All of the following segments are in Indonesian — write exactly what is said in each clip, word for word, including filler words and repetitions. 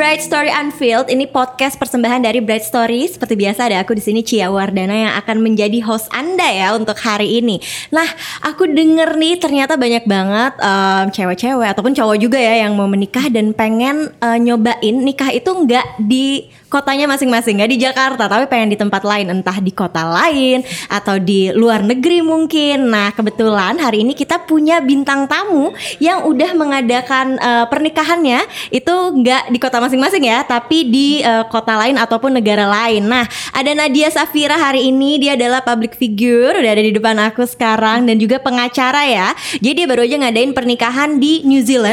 Bright Story Unveiled. Ini podcast persembahan dari Bright Story. Seperti biasa ada aku di sini Cia Wardana yang akan menjadi host Anda ya untuk hari ini. Nah, aku denger nih ternyata banyak banget um, cewek-cewek ataupun cowok juga ya yang mau menikah dan pengen uh, nyobain nikah itu nggak di kotanya masing-masing, nggak di Jakarta, tapi pengen di tempat lain, entah di kota lain atau di luar negeri mungkin. Nah, kebetulan hari ini kita punya bintang tamu yang udah mengadakan uh, pernikahannya itu nggak di kota masing-masing ya, tapi di uh, kota lain ataupun negara lain. Nah, ada Nadia Safira hari ini, dia adalah public figure, udah ada di depan aku sekarang, dan juga pengacara ya. Jadi dia baru aja ngadain pernikahan di New Zealand.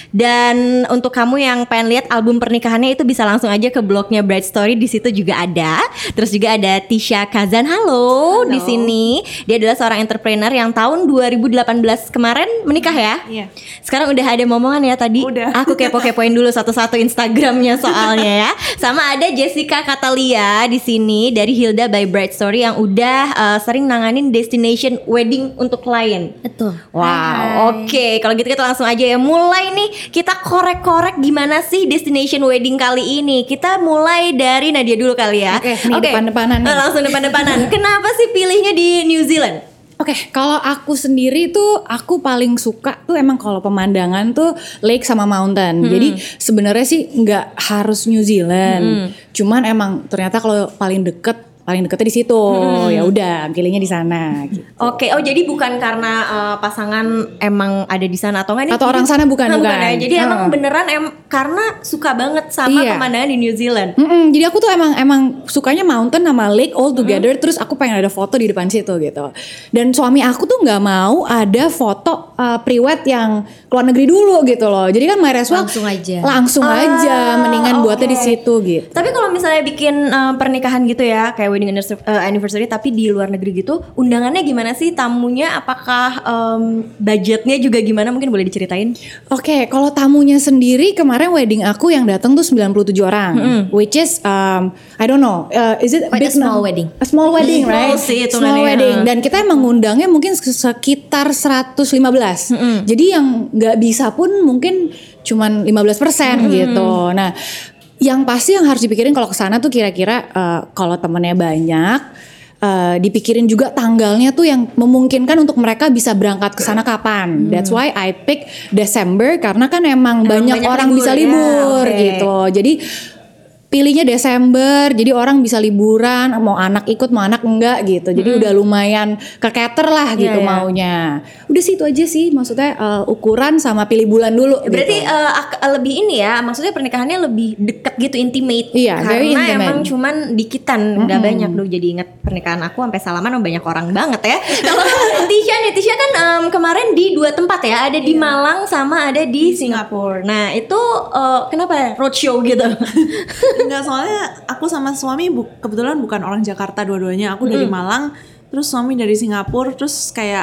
Dan untuk kamu yang pengen lihat album pernikahannya itu bisa langsung aja ke blognya Bright Story, di situ juga ada. Terus juga ada Tisha Kazan, halo, halo. Di sini. Dia adalah seorang entrepreneur yang tahun dua ribu delapan belas kemarin menikah ya. Iya. Sekarang udah ada momongan ya tadi. Udah. Aku kepo-kepoin dulu satu-satu Instagramnya soalnya ya. Sama ada Jessica Catalia di sini dari Hilda by Bright Story yang udah uh, sering nanganin destination wedding untuk klien. Betul. Wow, oke. Okay. Kalau gitu kita langsung aja ya mulai nih, kita korek-korek gimana sih destination wedding kali ini. Kita mulai dari Nadia dulu kali ya. Oke, okay, okay. depan-depanan nih. Langsung depan-depanan. Kenapa sih pilihnya di New Zealand? Oke, okay, kalau aku sendiri tuh aku paling suka tuh emang kalau pemandangan tuh lake sama mountain. Hmm. Jadi sebenarnya sih nggak harus New Zealand. Hmm. Cuman emang ternyata kalau paling deket paling deketnya di situ, hmm. ya udah pilihnya di sana. Gitu. Oke, oh jadi bukan karena uh, pasangan emang ada di sana atau nggak? Atau orang sana bukan, nah, bukan. bukan ya. Jadi hmm. emang beneran em karena suka banget sama iya. pemandangan di New Zealand. Mm-mm, jadi aku tuh emang emang sukanya mountain sama lake all together. Hmm. Terus aku pengen ada foto di depan situ gitu. Dan suami aku tuh nggak mau ada foto uh, pre-wed yang keluar negeri dulu gitu loh. Jadi kan might as well langsung aja, langsung ah, aja, mendingan okay. buatnya di situ gitu. Tapi kalau misalnya bikin uh, pernikahan gitu ya, kayak wedding anniversary tapi di luar negeri gitu, undangannya gimana sih, tamunya apakah um, budgetnya juga gimana, mungkin boleh diceritain? Oke, okay, kalau tamunya sendiri kemarin wedding aku yang datang tuh sembilan puluh tujuh orang, mm-hmm. which is um, I don't know, uh, is it quite big a small no? wedding? A small wedding, mm-hmm. right? Small sih, small wedding. Dan kita emang ngundangnya mungkin sekitar seratus lima belas. Mm-hmm. Jadi yang nggak bisa pun mungkin cuman lima belas persen mm-hmm. gitu. Nah, yang pasti yang harus dipikirin kalau kesana tuh kira-kira uh, kalau temennya banyak, uh, dipikirin juga tanggalnya tuh yang memungkinkan untuk mereka bisa berangkat kesana kapan. Hmm. That's why I pick Desember karena kan emang, emang banyak, banyak orang libur, bisa libur ya, okay. gitu. Jadi pilihnya Desember, jadi orang bisa liburan, mau anak ikut, mau anak enggak gitu. Jadi hmm. udah lumayan keketer lah gitu yeah, yeah. maunya. Udah sih itu aja sih, maksudnya uh, ukuran sama pilih bulan dulu. Berarti gitu. uh, ak- lebih ini ya, maksudnya pernikahannya lebih deket gitu, intimate. Iya, very karena intimate. Emang cuman dikitan, mm-hmm. nggak banyak loh. Jadi inget pernikahan aku sampai salaman sama banyak orang banget ya. Kalau Tisha nih, Tisha kan um, kemarin di dua tempat ya, ada di yeah. Malang sama ada di Singapura. Nah itu uh, kenapa roadshow gitu? Enggak, soalnya aku sama suami bu- kebetulan bukan orang Jakarta dua-duanya. Aku mm-hmm. dari Malang, terus suami dari Singapura. Terus kayak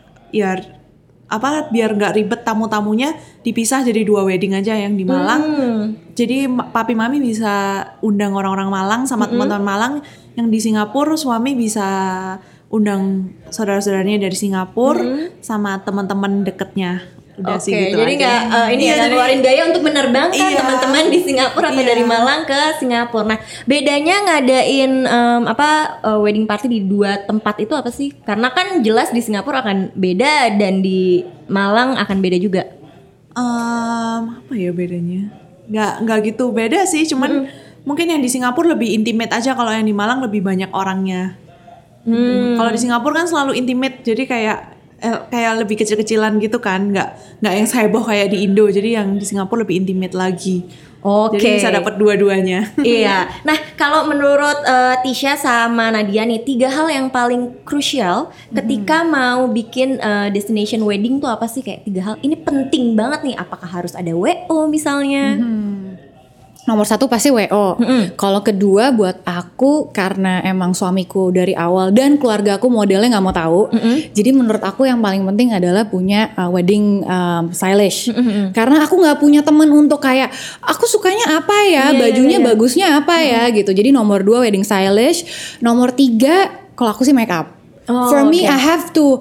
ya apa, biar nggak ribet tamu-tamunya dipisah jadi dua wedding aja yang di Malang. Mm. Jadi papi mami bisa undang orang-orang Malang sama mm-hmm. teman-teman Malang. Yang di Singapura suami bisa undang saudara-saudaranya dari Singapura mm-hmm. sama teman-teman deketnya. Udah Oke, sih gitu jadi nggak uh, ini iya, ya ngeluarin biaya untuk menerbangkan iya, teman-teman di Singapura atau iya. dari Malang ke Singapura. Nah, bedanya ngadain um, apa uh, wedding party di dua tempat itu apa sih? Karena kan jelas di Singapura akan beda dan di Malang akan beda juga. Um, apa ya bedanya? Nggak nggak gitu beda sih, cuman mm-hmm. mungkin yang di Singapura lebih intimate aja, kalau yang di Malang lebih banyak orangnya. Hmm. Kalau di Singapura kan selalu intimate, jadi kayak Eh, kayak lebih kecil-kecilan gitu kan, nggak nggak yang heboh kayak di Indo. Jadi yang di Singapura lebih intimate lagi. Oke. Jadi bisa dapat dua-duanya. Iya. Nah, kalau menurut uh, Tisha sama Nadia nih, tiga hal yang paling krusial ketika hmm. mau bikin uh, destination wedding tuh apa sih? Kayak tiga hal ini penting banget nih. Apakah harus ada W O misalnya? Hmm. Nomor satu pasti W O. Mm-hmm. Kalau kedua buat aku karena emang suamiku dari awal dan keluarga aku modelnya nggak mau tahu. Mm-hmm. Jadi menurut aku yang paling penting adalah punya uh, wedding um, stylish. Mm-hmm. Karena aku nggak punya temen untuk kayak aku sukanya apa ya, yeah, bajunya yeah, yeah. bagusnya apa mm-hmm. ya gitu. Jadi nomor dua wedding stylish. Nomor tiga kalau aku sih make up. Oh, For me okay. I have to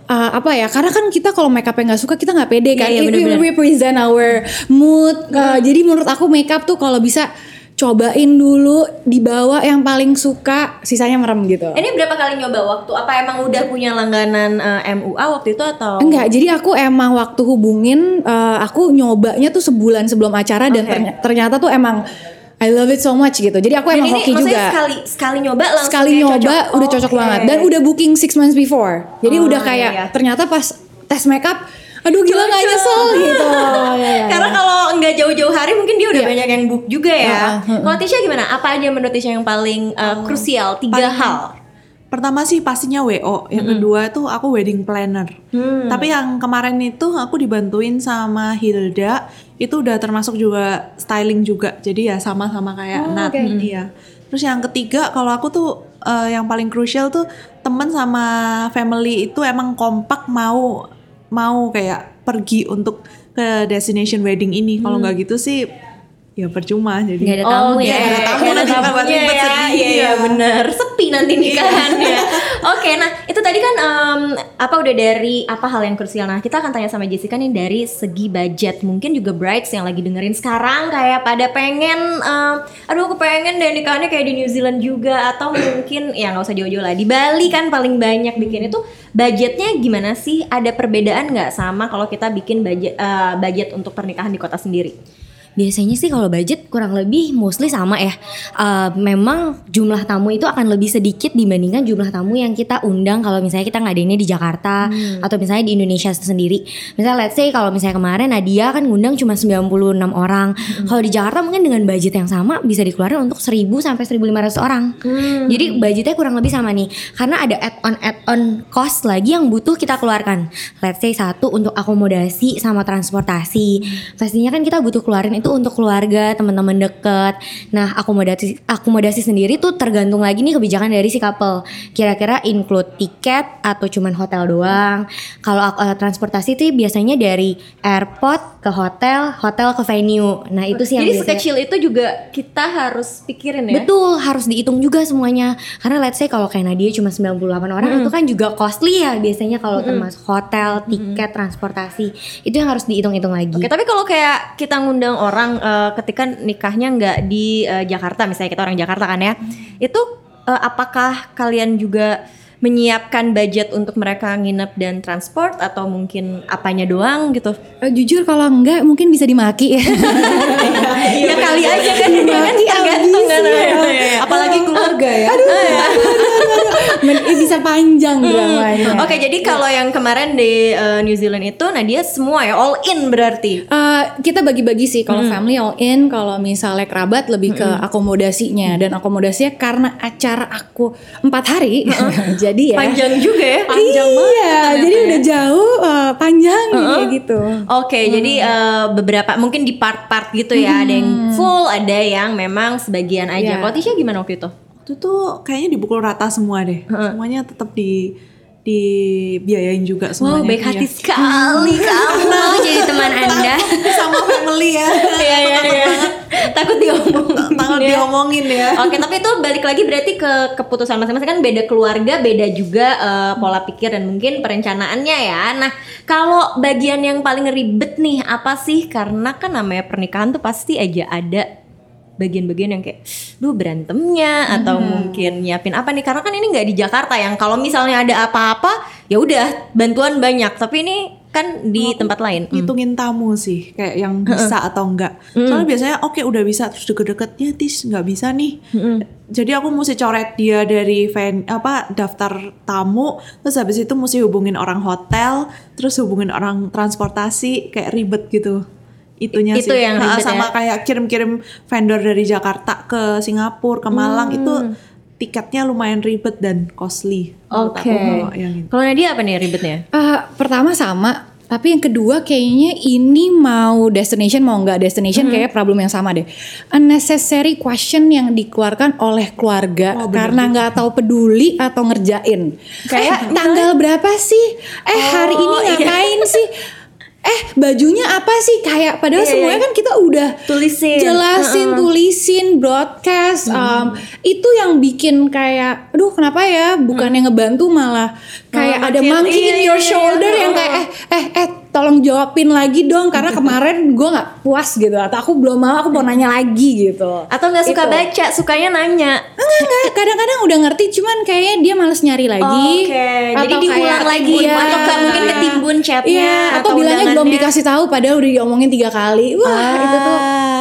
uh, apa ya? Karena kan kita kalau makeupnya nggak suka kita nggak pede kan. Iya, iya, It will bener-bener. represent our mood. Uh, jadi menurut aku makeup tuh kalau bisa cobain dulu, dibawa yang paling suka, sisanya merem gitu. Ini berapa kali nyoba waktu? Apa emang udah punya langganan uh, M U A waktu itu atau? Enggak, jadi aku emang waktu hubungin uh, aku nyobanya tuh sebulan sebelum acara dan Oke. terny- ternyata tuh emang I love it so much gitu. Jadi aku Dan emang ini hoki maksudnya juga. sekali sekali nyoba langsung Sekali kayak nyoba cocok. udah cocok Oke. banget dan udah booking six months before. Jadi Oh, udah kayak iya, iya. ternyata pas tes makeup, aduh gila nggak Cocok. nyesel gitu. Ya, ya, Karena ya. kalau nggak jauh-jauh hari mungkin dia udah Iya. banyak yang book juga ya. Heeh, heeh. Kalau Tisha gimana? Apa aja menurut Tisha yang paling uh, krusial? Tiga paling- hal. Pertama sih pastinya W O, yang kedua tuh aku wedding planner. Hmm. Tapi yang kemarin itu aku dibantuin sama Hilda, itu udah termasuk juga styling juga. Jadi ya sama-sama kayak Oh, Nat. oke. Iya. Terus yang ketiga kalau aku tuh eh, yang paling krusial tuh temen sama family itu emang kompak mau mau kayak pergi untuk ke destination wedding ini. Kalau nggak gitu sih ya percuma jadi. Nggak ada tamu Oh, ya. nggak ada tamu Nggak nanti tambah tamunya ribet ya. sedih. Iya, iya bener. Sepi nanti nikahannya. Oke, nah itu tadi kan em, apa udah dari apa hal yang krusial. Nah kita akan tanya sama Jessica nih dari segi budget. Mungkin juga brides yang lagi dengerin sekarang kayak pada pengen, em, aduh aku pengen deh nikahannya kayak di New Zealand juga. Atau mungkin ya nggak usah jauh-jauh lah. Di Bali kan paling banyak bikin itu. Budgetnya gimana sih? Ada perbedaan nggak sama kalau kita bikin budget, eh, budget untuk pernikahan di kota sendiri? Biasanya sih kalau budget kurang lebih mostly sama ya. Uh, memang jumlah tamu itu akan lebih sedikit dibandingkan jumlah tamu yang kita undang kalau misalnya kita ngadainnya di Jakarta Hmm. atau misalnya di Indonesia sendiri. Misalnya let's say kalau misalnya kemarin Nadia kan ngundang cuma sembilan puluh enam orang. Hmm. Kalau di Jakarta mungkin dengan budget yang sama bisa dikeluarin untuk seribu sampai seribu lima ratus orang. Hmm. Jadi budgetnya kurang lebih sama nih. Karena ada add-on add-on cost lagi yang butuh kita keluarkan. Let's say satu untuk akomodasi sama transportasi. Pastinya kan kita butuh keluarin itu untuk keluarga, teman-teman deket. Nah, akomodasi akomodasi sendiri tuh tergantung lagi nih kebijakan dari si couple. Kira-kira include tiket atau cuman hotel doang. Kalau uh, transportasi tuh biasanya dari airport ke hotel, hotel ke venue. Nah, itu sih yang Jadi biasanya- sekecil itu juga kita harus pikirin ya. Betul, harus dihitung juga semuanya. Karena let's say kalau kayak Nadia cuma sembilan puluh delapan orang itu kan juga costly ya biasanya kalau termasuk hotel, tiket, transportasi. Itu yang harus dihitung-hitung lagi. Oke, tapi kalau kayak kita ngundang orang uh, ketika nikahnya nggak di uh, Jakarta, misalnya kita orang Jakarta kan ya, itu uh, apakah kalian juga menyiapkan budget untuk mereka nginep dan transport atau mungkin apanya doang gitu? Eh, jujur kalau enggak mungkin bisa dimaki ya. ya kali aja kan, ya kan tergantung kan. Apalagi keluarga ya. Men, eh, bisa panjang dramanya. Oke, jadi kalau yang kemarin di uh, New Zealand itu Nadia semua ya all in berarti. Uh, kita bagi-bagi sih kalau family all in, kalau misalnya kerabat lebih ke akomodasinya dan akomodasinya karena acara aku empat hari, jadi ya Panjang juga ya. Panjang banget iya, ternyata jadi ya. udah jauh uh, panjang kayak gitu. Oke, jadi uh, beberapa mungkin di part-part gitu ya, ada yang full, ada yang memang sebagian aja. Iya. Kalau Tisha gimana waktu itu? Itu tuh kayaknya dipukul rata semua deh. Semuanya tetap di dibiayain juga semuanya. Wow, baik hati Iya. sekali kamu. Mau jadi teman Anda. Sama family ya. Iya iya iya. Takut diomongin. Takut ya. diomongin ya. Oke, tapi itu balik lagi berarti ke keputusan masing-masing kan beda keluarga, beda juga eh, pola pikir dan mungkin perencanaannya ya. Nah, kalau bagian yang paling ribet nih apa sih? Karena kan namanya pernikahan tuh pasti aja ada bagian-bagian yang kayak duh berantemnya atau mungkin nyiapin apa nih, karena kan ini nggak di Jakarta yang kalau misalnya ada apa-apa ya udah bantuan banyak, tapi ini kan di tempat lain. Ngitungin tamu sih kayak yang bisa atau enggak. Soalnya biasanya oke udah bisa terus deket-deketnya tis nggak bisa nih. Jadi aku mesti coret dia dari ven, apa daftar tamu, terus habis itu mesti hubungin orang hotel, terus hubungin orang transportasi, kayak ribet gitu. Itunya Itu sih. yang Nah, ribet sama ya. kayak kirim-kirim vendor dari Jakarta ke Singapura, ke Malang itu tiketnya lumayan ribet dan costly. menurut Oke. aku kalau yang itu. Kalau Nadia apa nih ribetnya? Uh, pertama sama, tapi yang kedua kayaknya ini mau destination mau nggak destination kayak problem yang sama deh. Unnecessary question yang dikeluarkan oleh keluarga karena nggak tahu peduli atau ngerjain. Kayak tanggal berapa sih? Eh hari ini iya. ngapain sih? eh bajunya apa sih kayak padahal Iya, semuanya iya. kan kita udah Tulisin. jelasin, Uh-uh. tulisin, broadcast. um, itu yang bikin kayak, aduh kenapa ya bukannya ngebantu malah kayak Malah ada makin, monkey iya, in iya, your iya. shoulder yang kayak eh eh eh tolong jawabin lagi dong karena kemarin gue nggak puas gitu atau aku belum mau aku mau nanya lagi gitu. Atau nggak suka Itu. baca, sukanya nanya. Enggak, enggak, kadang-kadang udah ngerti cuman kayaknya dia males nyari lagi. Oke, jadi Atau diulang kayak- lagi iya. atau nggak mungkin ketimbun chatnya Iya, atau, atau bilangnya belum undangannya. dikasih tahu padahal udah diomongin tiga kali. Wah, Ah, itu tuh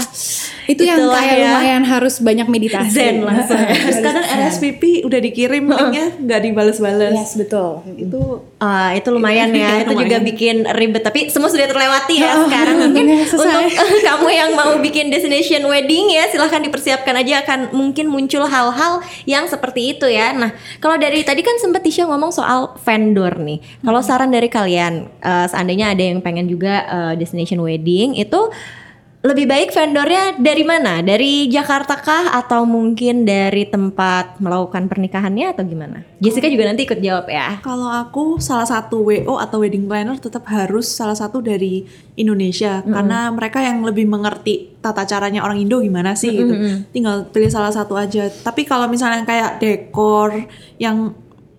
itu yang itulah kayak ya. lumayan harus banyak meditasi. Zen langsung. Terus kadang R S V P udah dikirim linknya nggak dibales-bales. Yes, betul. Itu Ah, itu lumayan ya. Itu juga Lumayan. bikin ribet. Tapi semua sudah terlewati ya Oh, sekarang. Mungkin udah selesai. untuk kamu yang mau bikin destination wedding ya, silahkan dipersiapkan aja. Akan mungkin muncul hal-hal yang seperti itu ya. Nah, kalau dari tadi kan sempat Tisha ngomong soal vendor nih. Kalau saran dari kalian, eh, seandainya ada yang pengen juga eh, destination wedding, itu lebih baik vendornya dari mana? Dari Jakarta kah atau mungkin dari tempat melakukan pernikahannya atau gimana? Jessica juga nanti ikut jawab ya. kalau aku salah satu W O atau wedding planner tetap harus salah satu dari Indonesia karena mereka yang lebih mengerti tata caranya orang Indo gimana sih gitu. Tinggal pilih salah satu aja. Tapi kalau misalnya kayak dekor yang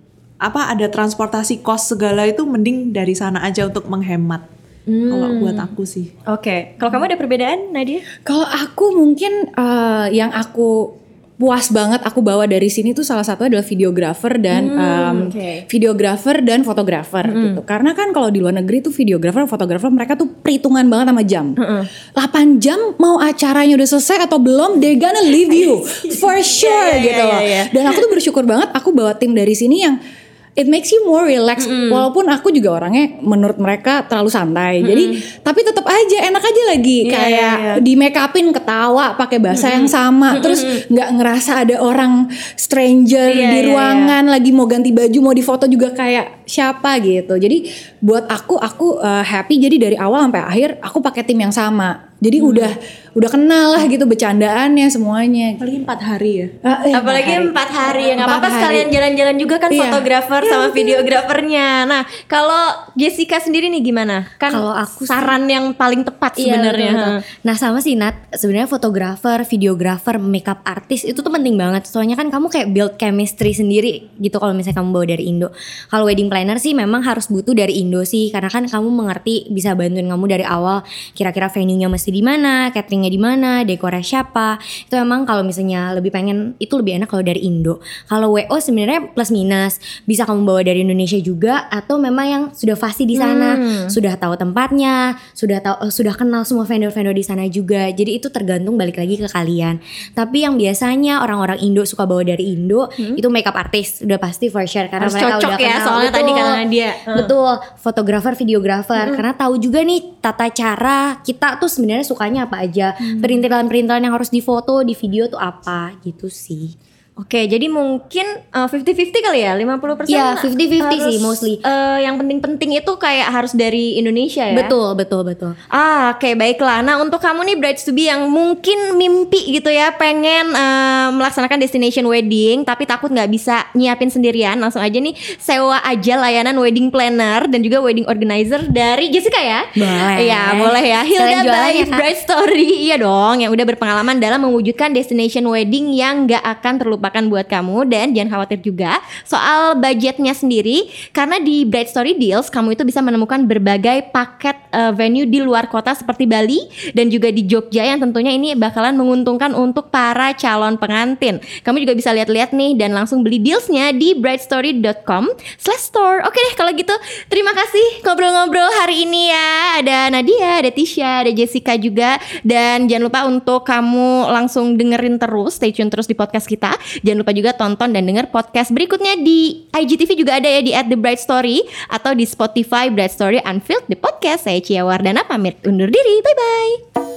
apa ada transportasi cost segala itu mending dari sana aja untuk menghemat. Kalau buat aku sih. Oke, kalau kamu ada perbedaan, Nadia? Kalau aku mungkin eh, yang aku puas banget aku bawa dari sini tuh salah satu adalah videographer dan em, oke. videographer dan fotografer gitu. Karena kan kalau di luar negeri tuh videographer, fotografer mereka tuh perhitungan banget sama jam. delapan jam mau acaranya udah selesai atau belum, they gonna leave you for sure Iya, iya, gitu iya, loh. iya. Dan aku tuh bersyukur banget aku bawa tim dari sini yang it makes you more relaxed. Walaupun aku juga orangnya menurut mereka terlalu santai. Jadi tapi tetap aja enak aja lagi Iya, kayak iya, iya. di make upin ketawa pakai bahasa yang sama. Terus nggak ngerasa ada orang stranger Iya, di iya, ruangan lagi mau ganti baju mau difoto juga kayak siapa gitu. Jadi buat aku aku uh, happy jadi dari awal sampai akhir aku pakai tim yang sama. Jadi udah udah kenal lah gitu bercandaannya semuanya. Apalagi empat hari ya. Ah, eh, Apalagi empat hari. empat hari ya nggak Empat apa-apa hari. sekalian jalan-jalan juga kan Iya. fotografer Iya, sama betul. videografernya. Nah, kalau Jessica sendiri nih gimana? Kan Kalau aku sih- saran yang paling tepat Iya, sebenarnya. betul, betul. Nah sama sih Nat, sebenarnya fotografer, videografer, makeup artist itu tuh penting banget. Soalnya kan kamu kayak build chemistry sendiri gitu kalau misalnya kamu bawa dari Indo. Kalau wedding planner sih memang harus butuh dari Indo sih, karena kan kamu mengerti bisa bantuin kamu dari awal. Kira-kira venue-nya mesti di mana, cateringnya di mana, dekornya siapa. Itu emang kalau misalnya lebih pengen itu lebih enak kalau dari Indo. Kalau W O sebenarnya plus minus, bisa kamu bawa dari Indonesia juga atau memang yang sudah fasih di sana, sudah tahu tempatnya, sudah tahu eh, sudah kenal semua vendor-vendor di sana juga. Jadi itu tergantung balik lagi ke kalian. Tapi yang biasanya orang-orang Indo suka bawa dari Indo itu makeup artist udah pasti for sure karena Harus mereka cocok udah ya, kenal. soalnya tadi kata Nadia. Hmm. Betul, fotografer, videografer karena tahu juga nih tata cara kita tuh sebenarnya sukanya apa aja. Perintilan-perintilan yang harus difoto, di video tuh apa gitu sih. Oke, jadi mungkin uh, fifty fifty kali ya, lima puluh persen. Iya, fifty fifty sih, mostly. Uh, yang penting-penting itu kayak harus dari Indonesia ya. Betul, betul, betul. Ah, oke, baiklah. Nah, untuk kamu nih brides to be yang mungkin mimpi gitu ya, pengen uh, melaksanakan destination wedding tapi takut nggak bisa nyiapin sendirian, langsung aja nih sewa aja layanan wedding planner dan juga wedding organizer dari Jessica ya. Boleh. Iya, boleh ya. Hilda Sekalian jualan by ya, Kak. Bride Story, iya dong, yang udah berpengalaman dalam mewujudkan destination wedding yang nggak akan terlupakan buat kamu. Dan jangan khawatir juga soal budgetnya sendiri, karena di Bride Story Deals kamu itu bisa menemukan berbagai paket uh, venue di luar kota seperti Bali dan juga di Jogja yang tentunya ini bakalan menguntungkan untuk para calon pengantin. Kamu juga bisa lihat-lihat nih dan langsung beli dealsnya di bridestory dot com slash store. Oke deh kalau gitu, terima kasih ngobrol-ngobrol hari ini ya. Ada Nadia, ada Tisha, ada Jessica juga. Dan jangan lupa untuk kamu langsung dengerin terus, stay tune terus di podcast kita. Jangan lupa juga tonton dan denger podcast berikutnya di I G T V juga ada ya, di at the Bride Story atau di Spotify Bride Story Unfiltered the podcast. Saya Cia Wardana pamit undur diri. Bye bye.